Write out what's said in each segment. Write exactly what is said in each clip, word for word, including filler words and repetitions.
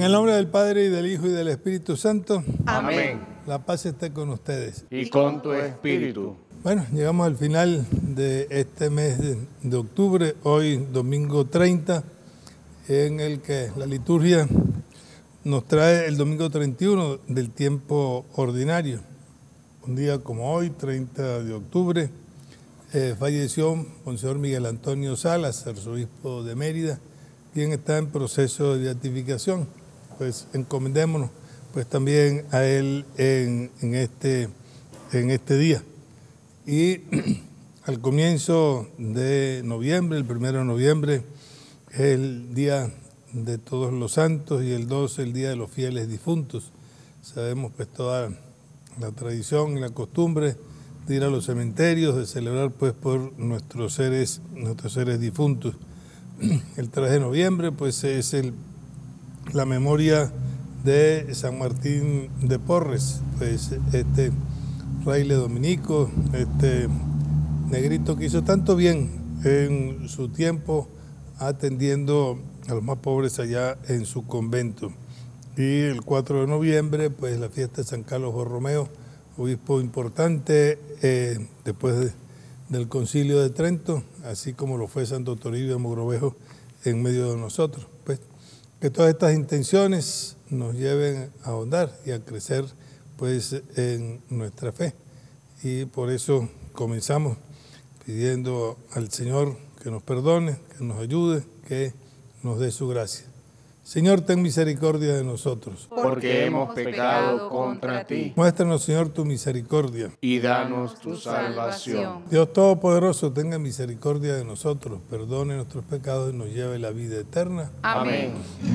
el nombre del Padre, y del Hijo, y del Espíritu Santo. Amén. La paz esté con ustedes. Y con tu espíritu. Bueno, llegamos al final de este mes de, de octubre, hoy domingo treinta, en el que la liturgia nos trae el domingo treinta y uno del tiempo ordinario. Un día como hoy, treinta de octubre, eh, falleció Monseñor Miguel Antonio Salas, arzobispo de Mérida, quien está en proceso de beatificación. Pues encomendémonos pues también a él en, en, este, en este día. Y al comienzo de noviembre, el primero de noviembre, es el día de todos los santos, y el doce el día de los fieles difuntos. Sabemos pues toda la tradición y la costumbre de ir a los cementerios, de celebrar pues por nuestros seres, nuestros seres difuntos. El tres de noviembre pues es el, la memoria de San Martín de Porres, pues este fraile dominico, este negrito que hizo tanto bien en su tiempo atendiendo a los más pobres allá en su convento. Y el cuatro de noviembre, pues la fiesta de San Carlos Borromeo, obispo importante eh, después de, del Concilio de Trento, así como lo fue Santo Toribio de Mogrovejo en medio de nosotros. Pues que todas estas intenciones nos lleven a ahondar y a crecer pues en nuestra fe. Y por eso comenzamos pidiendo al Señor que nos perdone, que nos ayude, que nos dé su gracia. Señor, ten misericordia de nosotros, porque hemos pecado contra ti. Muéstranos, Señor, tu misericordia, y danos tu salvación. Dios Todopoderoso, tenga misericordia de nosotros, perdone nuestros pecados y nos lleve a la vida eterna. Amén.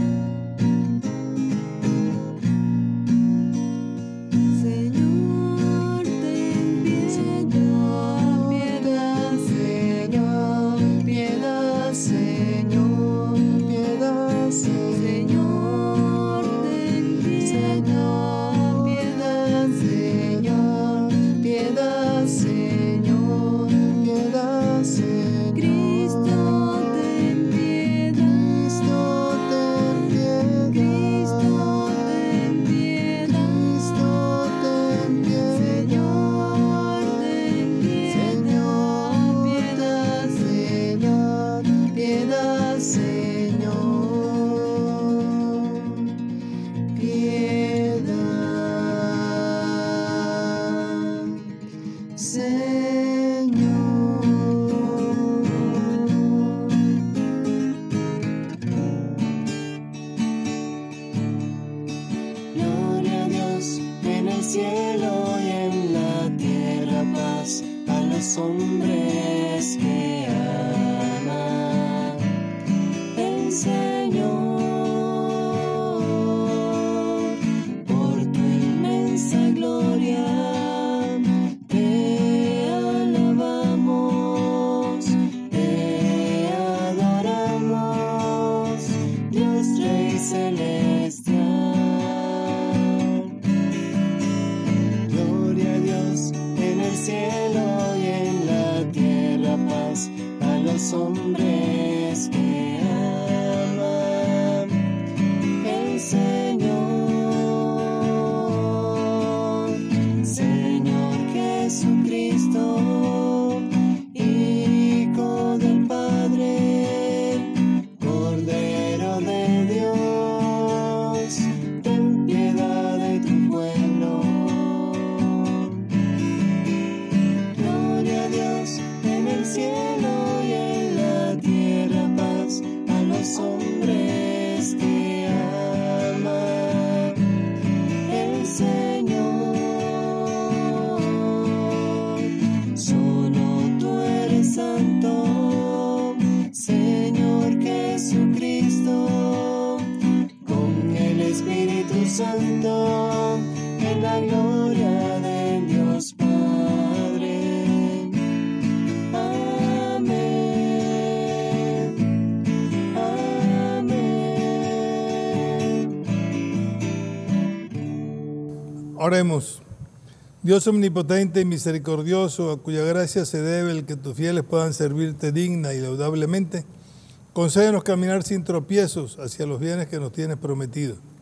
Oremos. Dios omnipotente y misericordioso, a cuya gracia se debe el que tus fieles puedan servirte digna y laudablemente, concédenos caminar sin tropiezos hacia los bienes que nos tienes prometidos.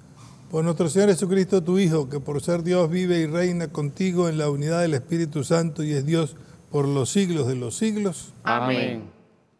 Por nuestro Señor Jesucristo, tu Hijo, que por ser Dios vive y reina contigo en la unidad del Espíritu Santo y es Dios por los siglos de los siglos. Amén.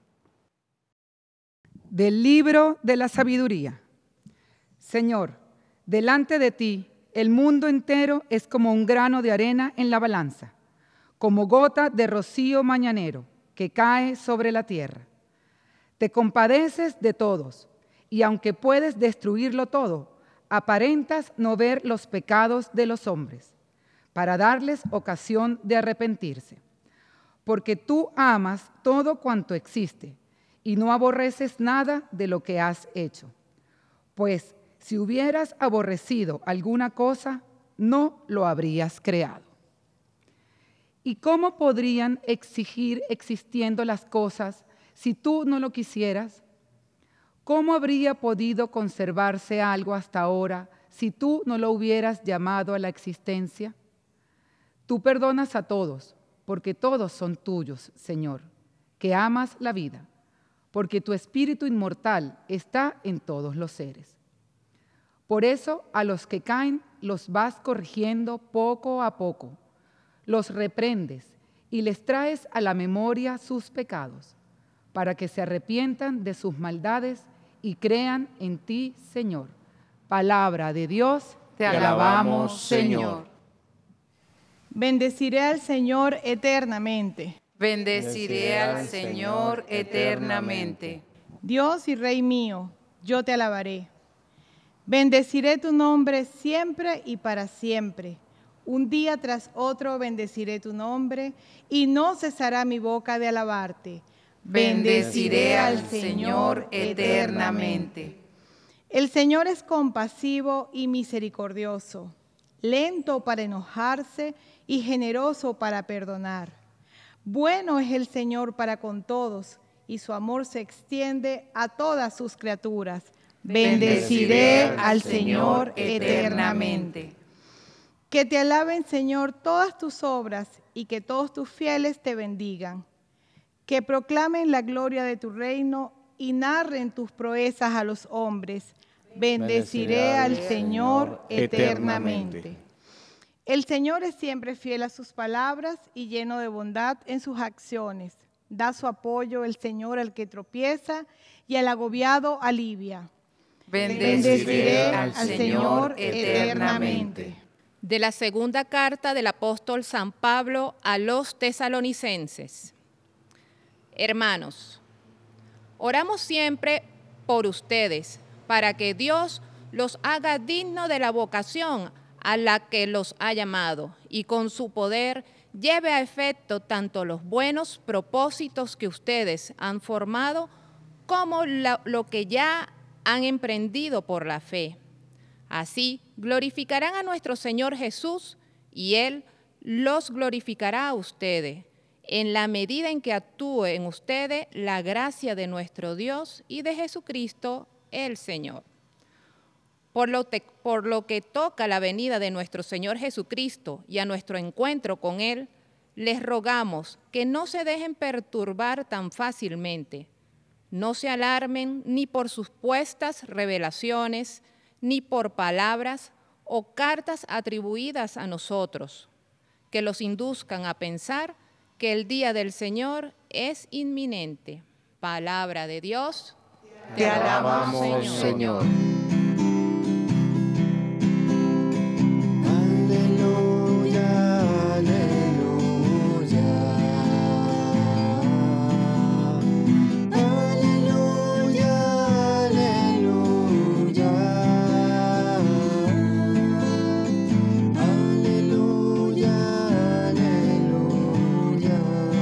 Del libro de la sabiduría. Señor, delante de ti el mundo entero es como un grano de arena en la balanza, como gota de rocío mañanero que cae sobre la tierra. Te compadeces de todos, y aunque puedes destruirlo todo, aparentas no ver los pecados de los hombres, para darles ocasión de arrepentirse. Porque tú amas todo cuanto existe, y no aborreces nada de lo que has hecho. Pues si hubieras aborrecido alguna cosa, no lo habrías creado. ¿Y cómo podrían exigir existiendo las cosas si tú no lo quisieras? ¿Cómo habría podido conservarse algo hasta ahora si tú no lo hubieras llamado a la existencia? Tú perdonas a todos, porque todos son tuyos, Señor, que amas la vida, porque tu espíritu inmortal está en todos los seres. Por eso a los que caen los vas corrigiendo poco a poco, los reprendes y les traes a la memoria sus pecados, para que se arrepientan de sus maldades y crean en ti, Señor. Palabra de Dios, te alabamos, Señor. Bendeciré al Señor eternamente. Bendeciré al Señor eternamente. Dios y Rey mío, yo te alabaré. Bendeciré tu nombre siempre y para siempre. Un día tras otro bendeciré tu nombre y no cesará mi boca de alabarte. Bendeciré al Señor eternamente. El Señor es compasivo y misericordioso, lento para enojarse y generoso para perdonar. Bueno es el Señor para con todos, y su amor se extiende a todas sus criaturas. Bendeciré al Señor eternamente. Que te alaben, Señor, todas tus obras, y que todos tus fieles te bendigan. Que proclamen la gloria de tu reino y narren tus proezas a los hombres. Bendeciré al Señor eternamente. El Señor es siempre fiel a sus palabras y lleno de bondad en sus acciones. Da su apoyo el Señor al que tropieza y al agobiado alivia. Bendeciré al Señor eternamente. De la segunda carta del apóstol San Pablo a los tesalonicenses. Hermanos, oramos siempre por ustedes, para que Dios los haga dignos de la vocación a la que los ha llamado, y con su poder lleve a efecto tanto los buenos propósitos que ustedes han formado, como lo, lo que ya han emprendido por la fe. Así glorificarán a nuestro Señor Jesús, y Él los glorificará a ustedes, en la medida en que actúe en ustedes la gracia de nuestro Dios y de Jesucristo el Señor. Por lo, te, por lo que toca la venida de nuestro Señor Jesucristo y a nuestro encuentro con Él, les rogamos que no se dejen perturbar tan fácilmente. No se alarmen ni por supuestas revelaciones, ni por palabras o cartas atribuidas a nosotros, que los induzcan a pensar que el día del Señor es inminente. Palabra de Dios. Te alabamos, Señor. Señor. Aleluya, aleluya. Aleluya, aleluya. Aleluya, aleluya.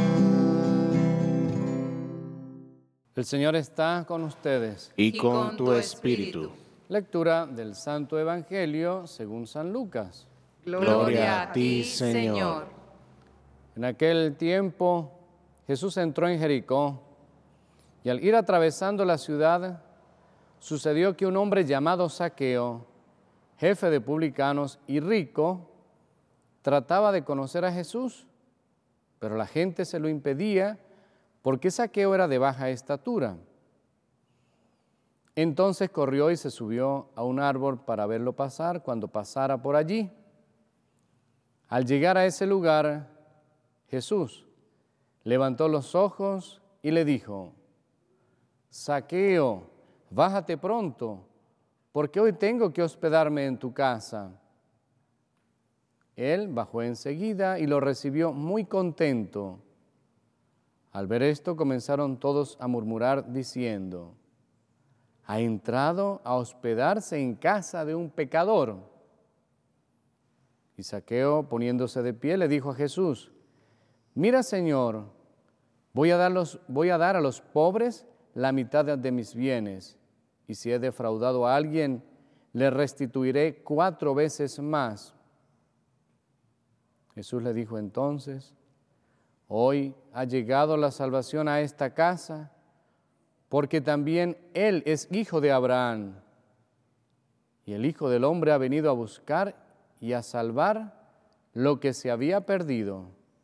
El Señor está con ustedes. Y con tu espíritu. Lectura del Santo Evangelio según San Lucas. Gloria a ti, Señor. En aquel tiempo Jesús entró en Jericó, y al ir atravesando la ciudad, sucedió que un hombre llamado Zaqueo, jefe de publicanos y rico, trataba de conocer a Jesús, pero la gente se lo impedía porque Zaqueo era de baja estatura. Entonces corrió y se subió a un árbol para verlo pasar cuando pasara por allí. Al llegar a ese lugar, Jesús levantó los ojos y le dijo: Zaqueo, bájate pronto, porque hoy tengo que hospedarme en tu casa. Él bajó enseguida y lo recibió muy contento. Al ver esto, comenzaron todos a murmurar diciendo: ha entrado a hospedarse en casa de un pecador. Y Zaqueo, poniéndose de pie, le dijo a Jesús: mira, Señor, voy a dar, los, voy a dar a los pobres la mitad de mis bienes, y si he defraudado a alguien, le restituiré cuatro veces más. Jesús le dijo entonces: hoy ha llegado la salvación a esta casa, porque también él es hijo de Abraham. Y el Hijo del Hombre ha venido a buscar y a salvar lo que se había perdido.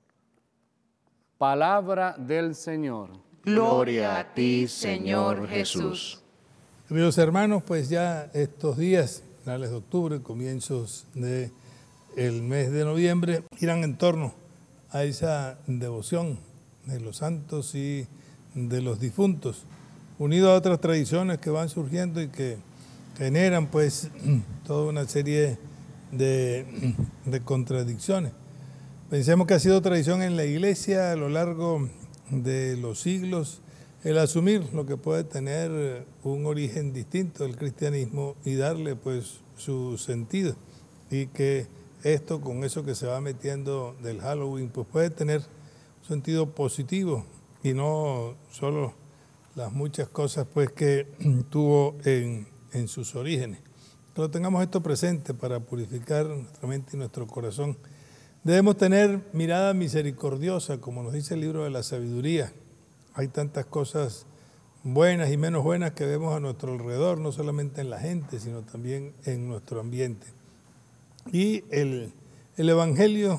Palabra del Señor. Gloria a ti, Señor Jesús. Queridos hermanos, pues ya estos días, finales de octubre, comienzos del mes de noviembre, irán en torno a esa devoción de los santos y de los difuntos, unido a otras tradiciones que van surgiendo y que generan pues toda una serie de, de contradicciones. Pensemos que ha sido tradición en la Iglesia a lo largo de los siglos el asumir lo que puede tener un origen distinto del cristianismo y darle pues su sentido, y que esto con eso que se va metiendo del Halloween pues puede tener un sentido positivo y no solo las muchas cosas pues que tuvo en, en sus orígenes. Que lo tengamos esto presente para purificar nuestra mente y nuestro corazón. Debemos tener mirada misericordiosa, como nos dice el libro de la sabiduría. Hay tantas cosas buenas y menos buenas que vemos a nuestro alrededor, no solamente en la gente, sino también en nuestro ambiente. Y el, el Evangelio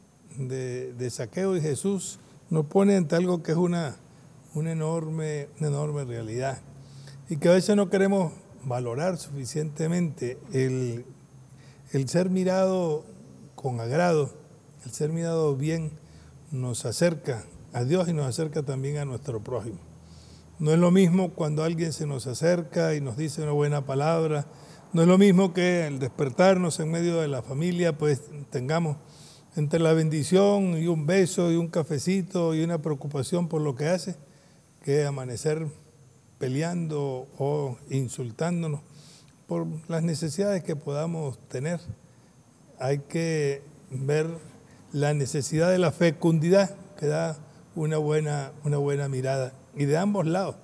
de, de Zaqueo y Jesús nos pone ante algo que es una, una, enorme, una enorme realidad, y que a veces no queremos valorar suficientemente. El, el ser mirado con agrado, el ser mirado bien, nos acerca a Dios y nos acerca también a nuestro prójimo. No es lo mismo cuando alguien se nos acerca y nos dice una buena palabra, no es lo mismo que al despertarnos en medio de la familia, pues tengamos entre la bendición y un beso y un cafecito y una preocupación por lo que hace, que amanecer peleando o insultándonos por las necesidades que podamos tener. Hay que ver la necesidad de la fecundidad que da una buena, una buena mirada, y de ambos lados.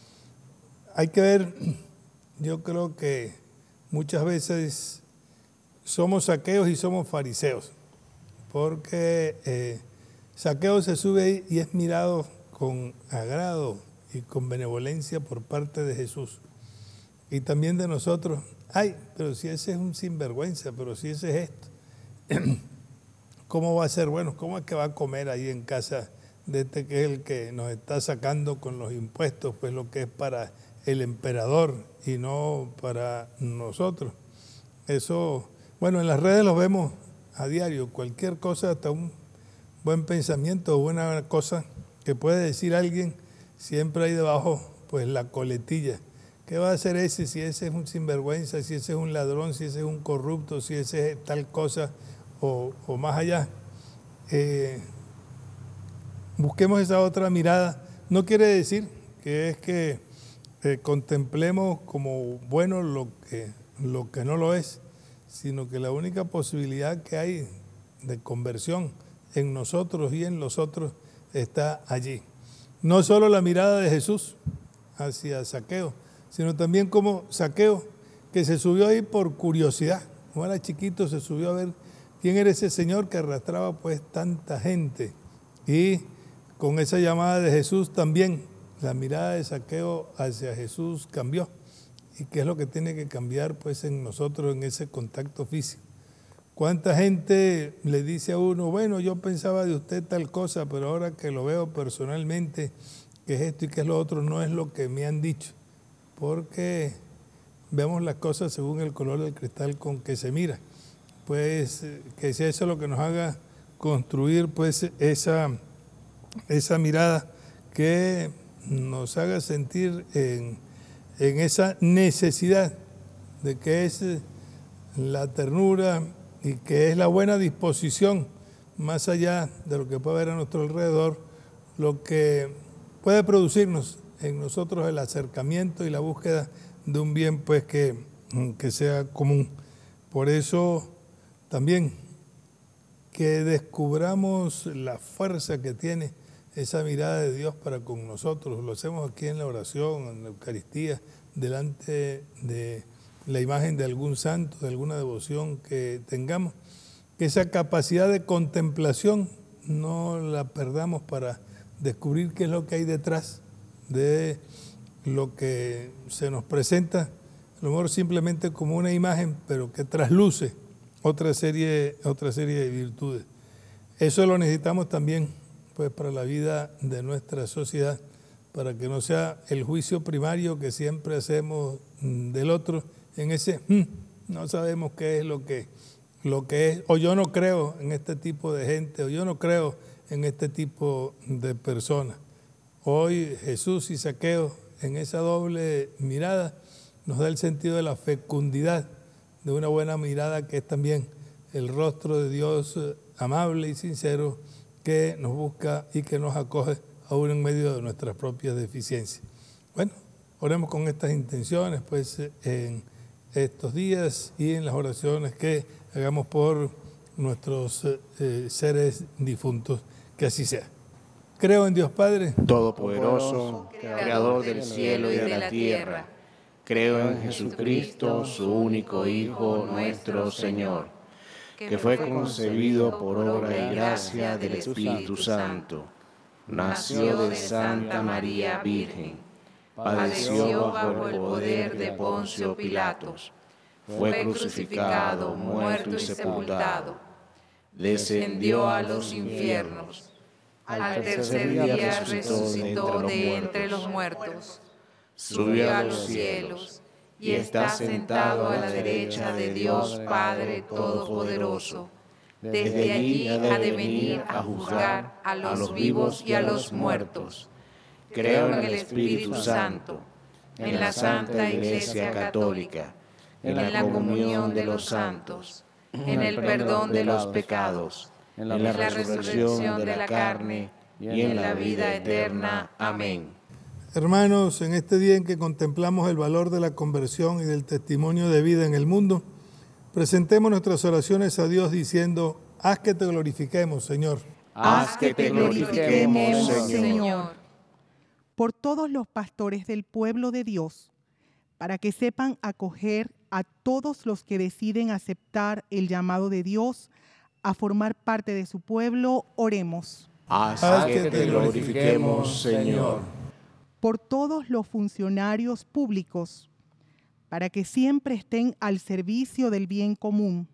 Hay que ver, yo creo que muchas veces somos Zaqueos y somos fariseos, porque eh, Zaqueo se sube ahí y es mirado con agrado y con benevolencia por parte de Jesús, y también de nosotros. Ay, pero si ese es un sinvergüenza, pero si ese es esto, ¿cómo va a ser? Bueno, ¿cómo es que va a comer ahí en casa de este que es el que nos está sacando con los impuestos, pues lo que es para el emperador y no para nosotros? Eso, bueno, en las redes lo vemos a diario, cualquier cosa, hasta un buen pensamiento o buena cosa que puede decir alguien, siempre hay debajo pues la coletilla. ¿Qué va a hacer ese si ese es un sinvergüenza, si ese es un ladrón, si ese es un corrupto, si ese es tal cosa o, o más allá? Eh, busquemos esa otra mirada. No quiere decir que es que eh, contemplemos como bueno lo que, lo que no lo es, sino que la única posibilidad que hay de conversión en nosotros y en los otros está allí. No solo la mirada de Jesús hacia Zaqueo, sino también como Zaqueo, que se subió ahí por curiosidad. Como era chiquito, se subió a ver quién era ese señor que arrastraba pues tanta gente. Y con esa llamada de Jesús también la mirada de Zaqueo hacia Jesús cambió. ¿Y qué es lo que tiene que cambiar pues en nosotros en ese contacto físico? ¿Cuánta gente le dice a uno, bueno, yo pensaba de usted tal cosa, pero ahora que lo veo personalmente, que es esto y que es lo otro, no es lo que me han dicho? porque vemos las cosas según el color del cristal con que se mira. Pues que sea eso lo que nos haga construir pues esa, esa mirada que nos haga sentir en, en esa necesidad de que es la ternura y que es la buena disposición, más allá de lo que puede haber a nuestro alrededor, lo que puede producirnos en nosotros el acercamiento y la búsqueda de un bien pues que, que sea común. Por eso también que descubramos la fuerza que tiene esa mirada de Dios para con nosotros. Lo hacemos aquí en la oración, en la Eucaristía, delante de la imagen de algún santo, de alguna devoción que tengamos. Que esa capacidad de contemplación no la perdamos para descubrir qué es lo que hay detrás de lo que se nos presenta, a lo mejor simplemente como una imagen, pero que trasluce otra serie, otra serie de virtudes. Eso lo necesitamos también pues, para la vida de nuestra sociedad, para que no sea el juicio primario que siempre hacemos del otro, en ese hmm, no sabemos qué es lo que, lo que es, o yo no creo en este tipo de gente, o yo no creo en este tipo de personas. Hoy Jesús y Zaqueo, en esa doble mirada, nos da el sentido de la fecundidad, de una buena mirada que es también el rostro de Dios amable y sincero que nos busca y que nos acoge aún en medio de nuestras propias deficiencias. Bueno, oremos con estas intenciones pues en estos días y en las oraciones que hagamos por nuestros eh, seres difuntos, que así sea. Creo en Dios Padre Todopoderoso, Creador del cielo y de la tierra. Creo en Jesucristo, su único Hijo, nuestro Señor, que fue concebido por obra y gracia del Espíritu Santo. Nació de Santa María Virgen, padeció bajo el poder de Poncio Pilatos, fue crucificado, muerto y sepultado, descendió a los infiernos. Al tercer día resucitó de entre los muertos, subió a los cielos y está sentado a la derecha de Dios Padre Todopoderoso. Desde allí ha de venir a juzgar a los vivos y a los muertos. Creo en el Espíritu Santo, en la Santa Iglesia Católica, en la comunión de los santos, en el perdón de los pecados, en la resurrección de la carne y en la vida eterna. Amén. Hermanos, en este día en que contemplamos el valor de la conversión y del testimonio de vida en el mundo, presentemos nuestras oraciones a Dios diciendo: haz que te glorifiquemos, Señor. Haz que te glorifiquemos, Señor. Por todos los pastores del pueblo de Dios, para que sepan acoger a todos los que deciden aceptar el llamado de Dios a formar parte de su pueblo, oremos. Haz, Haz que te glorifiquemos, Señor. Por todos los funcionarios públicos, para que siempre estén al servicio del bien común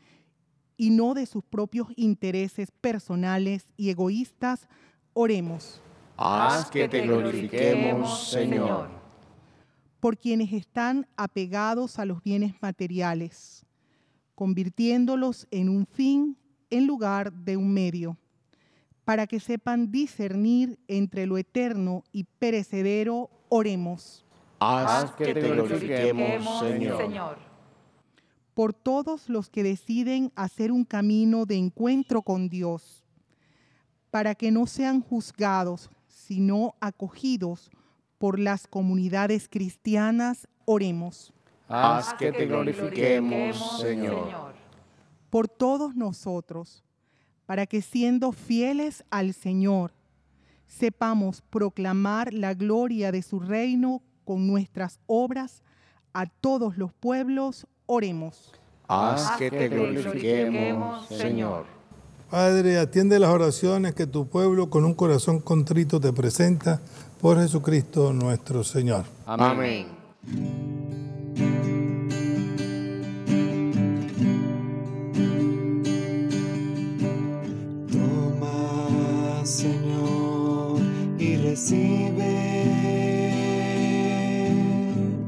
y no de sus propios intereses personales y egoístas, oremos. Haz que te glorifiquemos, Señor. Por quienes están apegados a los bienes materiales, convirtiéndolos en un fin en lugar de un medio, para que sepan discernir entre lo eterno y perecedero, oremos. Haz que te glorifiquemos, Señor. Por todos los que deciden hacer un camino de encuentro con Dios, para que no sean juzgados, sino acogidos por las comunidades cristianas, oremos. Haz que te glorifiquemos, Señor. Por todos nosotros, para que siendo fieles al Señor, sepamos proclamar la gloria de su reino con nuestras obras a todos los pueblos, oremos. Haz que te glorifiquemos, Señor. Padre, atiende las oraciones que tu pueblo con un corazón contrito te presenta por Jesucristo nuestro Señor. Amén. Toma, Señor, y recibe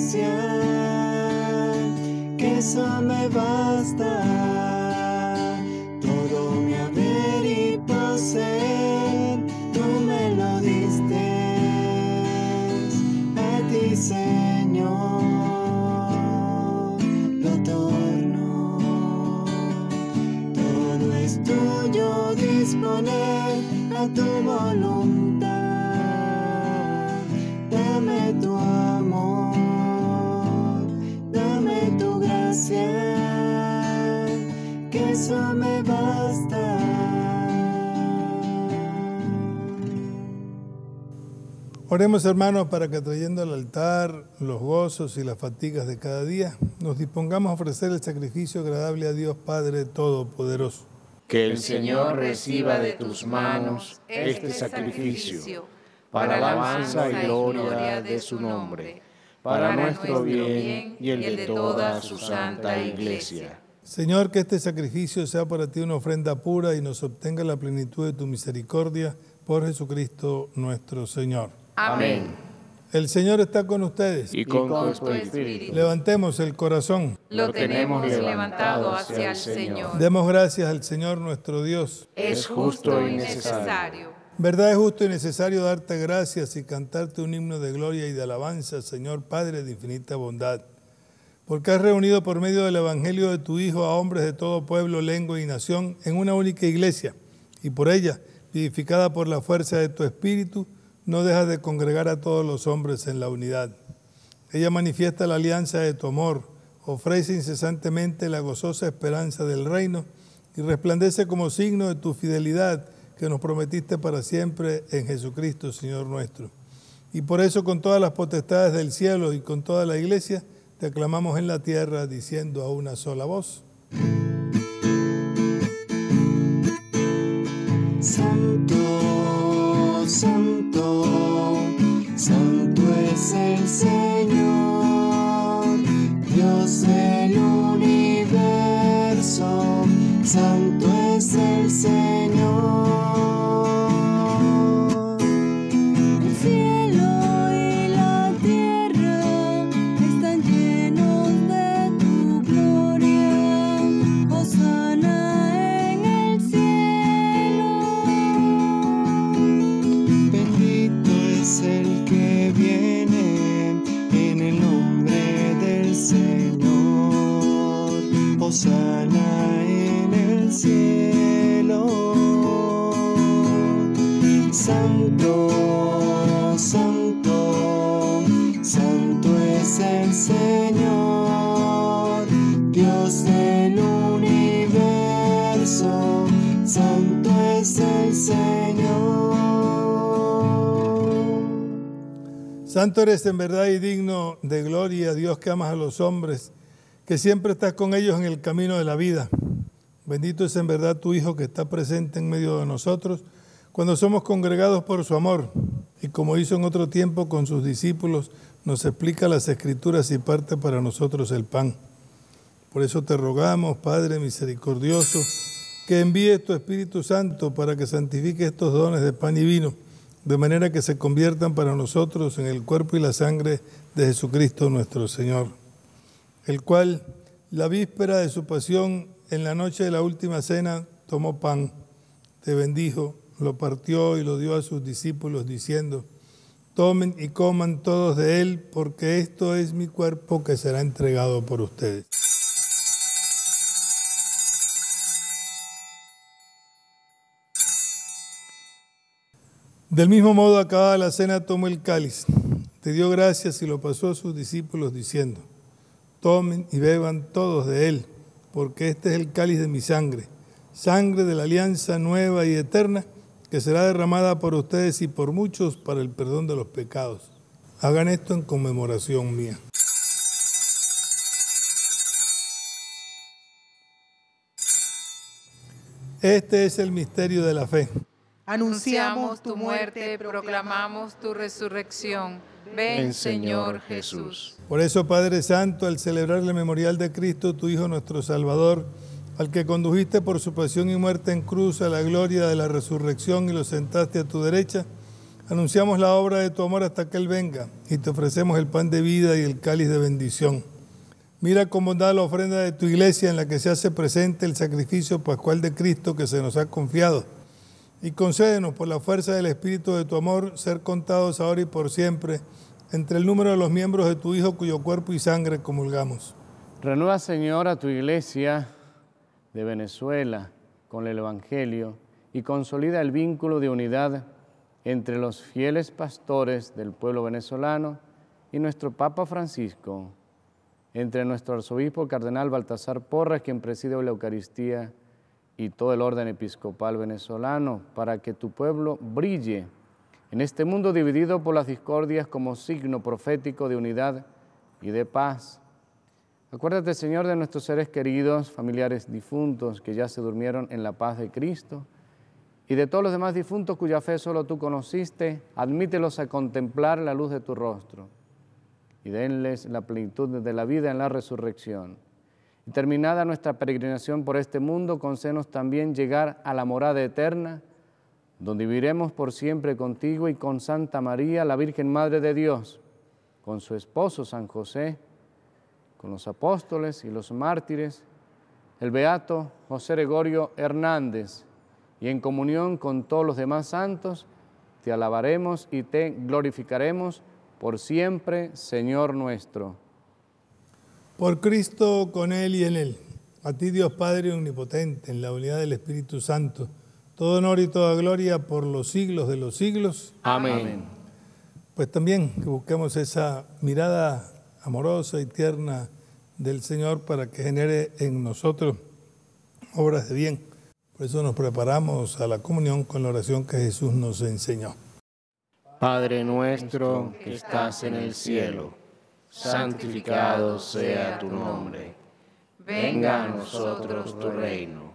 gracia, que eso me basta. Todo mi haber y poseer, tú me lo diste. A ti, Señor, lo torno. Todo es tuyo, disponer a tu voluntad. Dame tu amor, dame tu gracia, que eso me basta. Oremos, hermanos, para que trayendo al altar los gozos y las fatigas de cada día, nos dispongamos a ofrecer el sacrificio agradable a Dios Padre Todopoderoso. Que el Señor reciba de tus manos este sacrificio, para alabanza y gloria de su nombre, para nuestro bien y el de toda su santa Iglesia. Señor, que este sacrificio sea para ti una ofrenda pura y nos obtenga la plenitud de tu misericordia por Jesucristo nuestro Señor. Amén. El Señor está con ustedes. Y con tu espíritu. Levantemos el corazón. Lo tenemos levantado hacia el Señor. Demos gracias al Señor nuestro Dios. Es justo y necesario. Verdad, es justo y necesario darte gracias y cantarte un himno de gloria y de alabanza, Señor Padre de infinita bondad, porque has reunido por medio del Evangelio de tu Hijo a hombres de todo pueblo, lengua y nación en una única iglesia, y por ella, vivificada por la fuerza de tu Espíritu, no dejas de congregar a todos los hombres en la unidad. Ella manifiesta la alianza de tu amor, ofrece incesantemente la gozosa esperanza del reino y resplandece como signo de tu fidelidad que nos prometiste para siempre en Jesucristo, Señor nuestro. Y por eso, con todas las potestades del cielo y con toda la iglesia, te aclamamos en la tierra, diciendo a una sola voz: Santo, Santo, Santo es el Señor, Dios del universo, Santo es el Señor. El cielo y la tierra están llenos de tu gloria, Hosana en el cielo. Bendito es el que viene en el nombre del Señor, Hosana en el cielo. Santo, Santo, Santo es el Señor, Dios del universo, Santo es el Señor. Santo eres en verdad y digno de gloria, Dios que amas a los hombres, que siempre estás con ellos en el camino de la vida. Bendito es en verdad tu Hijo que está presente en medio de nosotros cuando somos congregados por su amor, y como hizo en otro tiempo con sus discípulos, nos explica las Escrituras y parte para nosotros el pan. Por eso te rogamos, Padre misericordioso, que envíes tu Espíritu Santo para que santifique estos dones de pan y vino, de manera que se conviertan para nosotros en el cuerpo y la sangre de Jesucristo nuestro Señor, el cual, la víspera de su pasión, en la noche de la última cena, tomó pan, te bendijo, lo partió y lo dio a sus discípulos, diciendo: tomen y coman todos de él, porque esto es mi cuerpo que será entregado por ustedes. Del mismo modo, acabada la cena, tomó el cáliz, te dio gracias y lo pasó a sus discípulos, diciendo: tomen y beban todos de él, porque este es el cáliz de mi sangre, sangre de la alianza nueva y eterna, que será derramada por ustedes y por muchos para el perdón de los pecados. Hagan esto en conmemoración mía. Este es el misterio de la fe. Anunciamos tu muerte, proclamamos tu resurrección. Ven, Señor Jesús. Por eso, Padre Santo, al celebrar el memorial de Cristo, tu Hijo nuestro Salvador, al que condujiste por su pasión y muerte en cruz a la gloria de la resurrección y lo sentaste a tu derecha, Anunciamos la obra de tu amor hasta que Él venga y te ofrecemos el pan de vida y el cáliz de bendición. Mira con bondad la ofrenda de tu iglesia en la que se hace presente el sacrificio pascual de Cristo que se nos ha confiado. Y concédenos por la fuerza del Espíritu de tu amor ser contados ahora y por siempre entre el número de los miembros de tu Hijo cuyo cuerpo y sangre comulgamos. Renueva, Señor, a tu iglesia de Venezuela con el Evangelio y consolida el vínculo de unidad entre los fieles pastores del pueblo venezolano y nuestro Papa Francisco, entre nuestro arzobispo cardenal Baltasar Porras, quien preside hoy la Eucaristía, y todo el orden episcopal venezolano, para que tu pueblo brille en este mundo dividido por las discordias como signo profético de unidad y de paz. Acuérdate, Señor, de nuestros seres queridos, familiares difuntos que ya se durmieron en la paz de Cristo, y de todos los demás difuntos cuya fe solo tú conociste, admítelos a contemplar la luz de tu rostro, y denles la plenitud de la vida en la resurrección. Y terminada nuestra peregrinación por este mundo, concédenos también llegar a la morada eterna, donde viviremos por siempre contigo y con Santa María, la Virgen Madre de Dios, con su esposo San José, con los apóstoles y los mártires, el beato José Gregorio Hernández, y en comunión con todos los demás santos, te alabaremos y te glorificaremos por siempre, Señor nuestro. Por Cristo, con Él y en Él, a ti Dios Padre Omnipotente, en la unidad del Espíritu Santo, todo honor y toda gloria por los siglos de los siglos. Amén. Pues también que busquemos esa mirada amorosa y tierna del Señor para que genere en nosotros obras de bien. Por eso nos preparamos a la comunión con la oración que Jesús nos enseñó. Padre nuestro que estás en el cielo, santificado sea tu nombre. Venga a nosotros tu reino.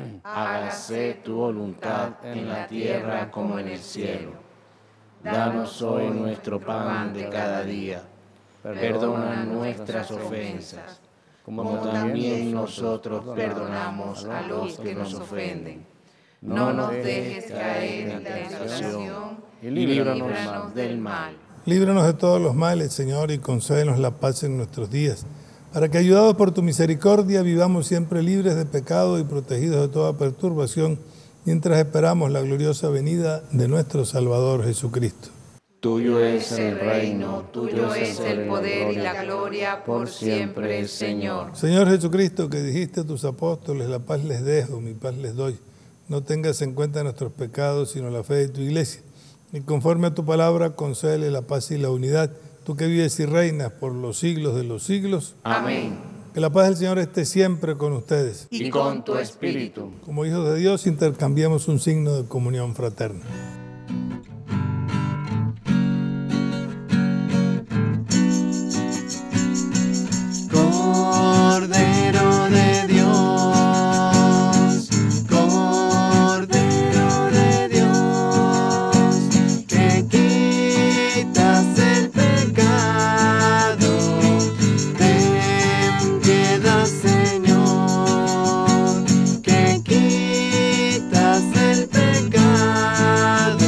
Hágase tu voluntad en la tierra como en el cielo. Danos hoy nuestro pan de cada día. Perdona nuestras ofensas, como también nosotros perdonamos a los que nos ofenden. No nos dejes caer en tentación y líbranos del mal. Líbranos de todos los males, Señor, y concédenos la paz en nuestros días, para que, ayudados por tu misericordia, vivamos siempre libres de pecado y protegidos de toda perturbación, mientras esperamos la gloriosa venida de nuestro Salvador Jesucristo. Tuyo es el reino, tuyo es el poder y la gloria por siempre, Señor. Señor Jesucristo, que dijiste a tus apóstoles, la paz les dejo, mi paz les doy. No tengas en cuenta nuestros pecados, sino la fe de tu iglesia. Y conforme a tu palabra, concédele la paz y la unidad, tú que vives y reinas por los siglos de los siglos. Amén. Que la paz del Señor esté siempre con ustedes. Y con tu espíritu. Como hijos de Dios, intercambiamos un signo de comunión fraterna. Cordero de Dios, Cordero de Dios, que quitas el pecado, ten piedad, Señor, que quitas el pecado,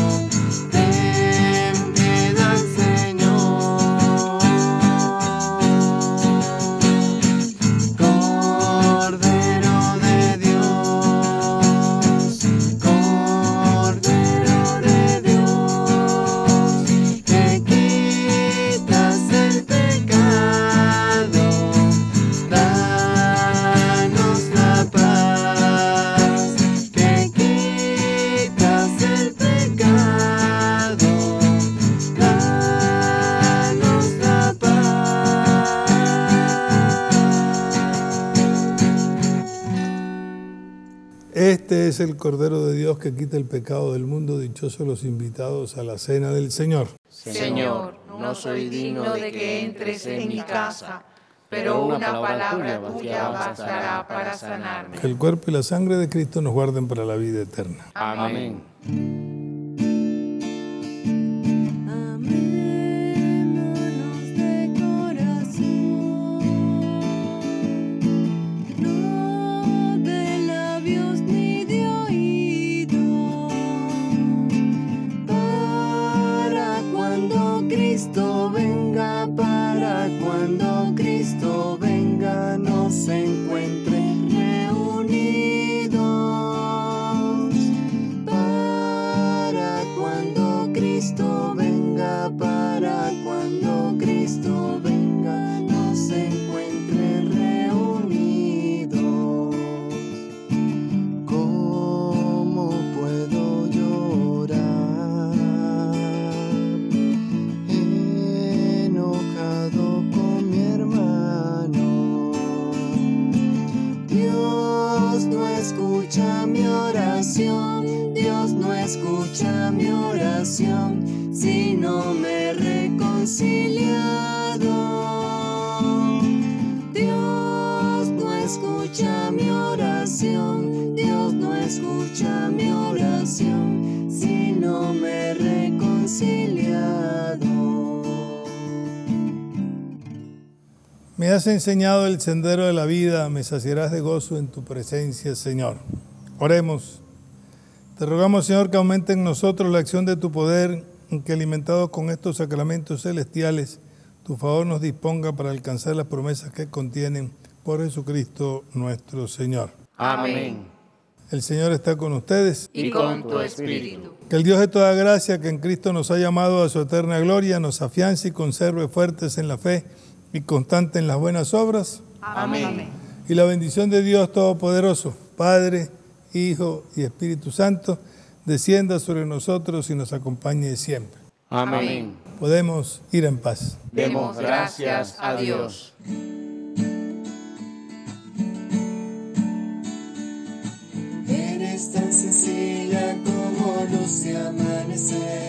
ten piedad, Señor. Este es el Cordero de Dios que quita el pecado del mundo. Dichosos los invitados a la cena del Señor. Señor, no soy digno de que entres en mi casa, pero una palabra tuya bastará para sanarme. Que el cuerpo y la sangre de Cristo nos guarden para la vida eterna. Amén. Dios ni de oído, venga, para cuando Cristo venga nos encuentre reunidos. Para cuando Cristo venga, para cuando Cristo venga nos encuentre reunidos. ¿Cómo puedo llorar enojado con mi hermano? Dios no escucha mi oración, Dios no escucha mi oración si no me he reconciliado. Dios no escucha mi oración, Dios no escucha mi oración si no me he reconciliado. Me has enseñado el sendero de la vida, me saciarás de gozo en tu presencia, Señor. Oremos. Te rogamos, Señor, que aumente en nosotros la acción de tu poder, que alimentados con estos sacramentos celestiales, tu favor nos disponga para alcanzar las promesas que contienen por Jesucristo nuestro Señor. Amén. El Señor está con ustedes. Y con tu espíritu. Que el Dios de toda gracia, que en Cristo nos ha llamado a su eterna gloria, nos afiance y conserve fuertes en la fe y constante en las buenas obras. Amén. Y la bendición de Dios Todopoderoso, Padre, Hijo y Espíritu Santo, descienda sobre nosotros y nos acompañe siempre. Amén. Podemos ir en paz. Demos gracias a Dios. Eres tan sencilla como luz de amanecer.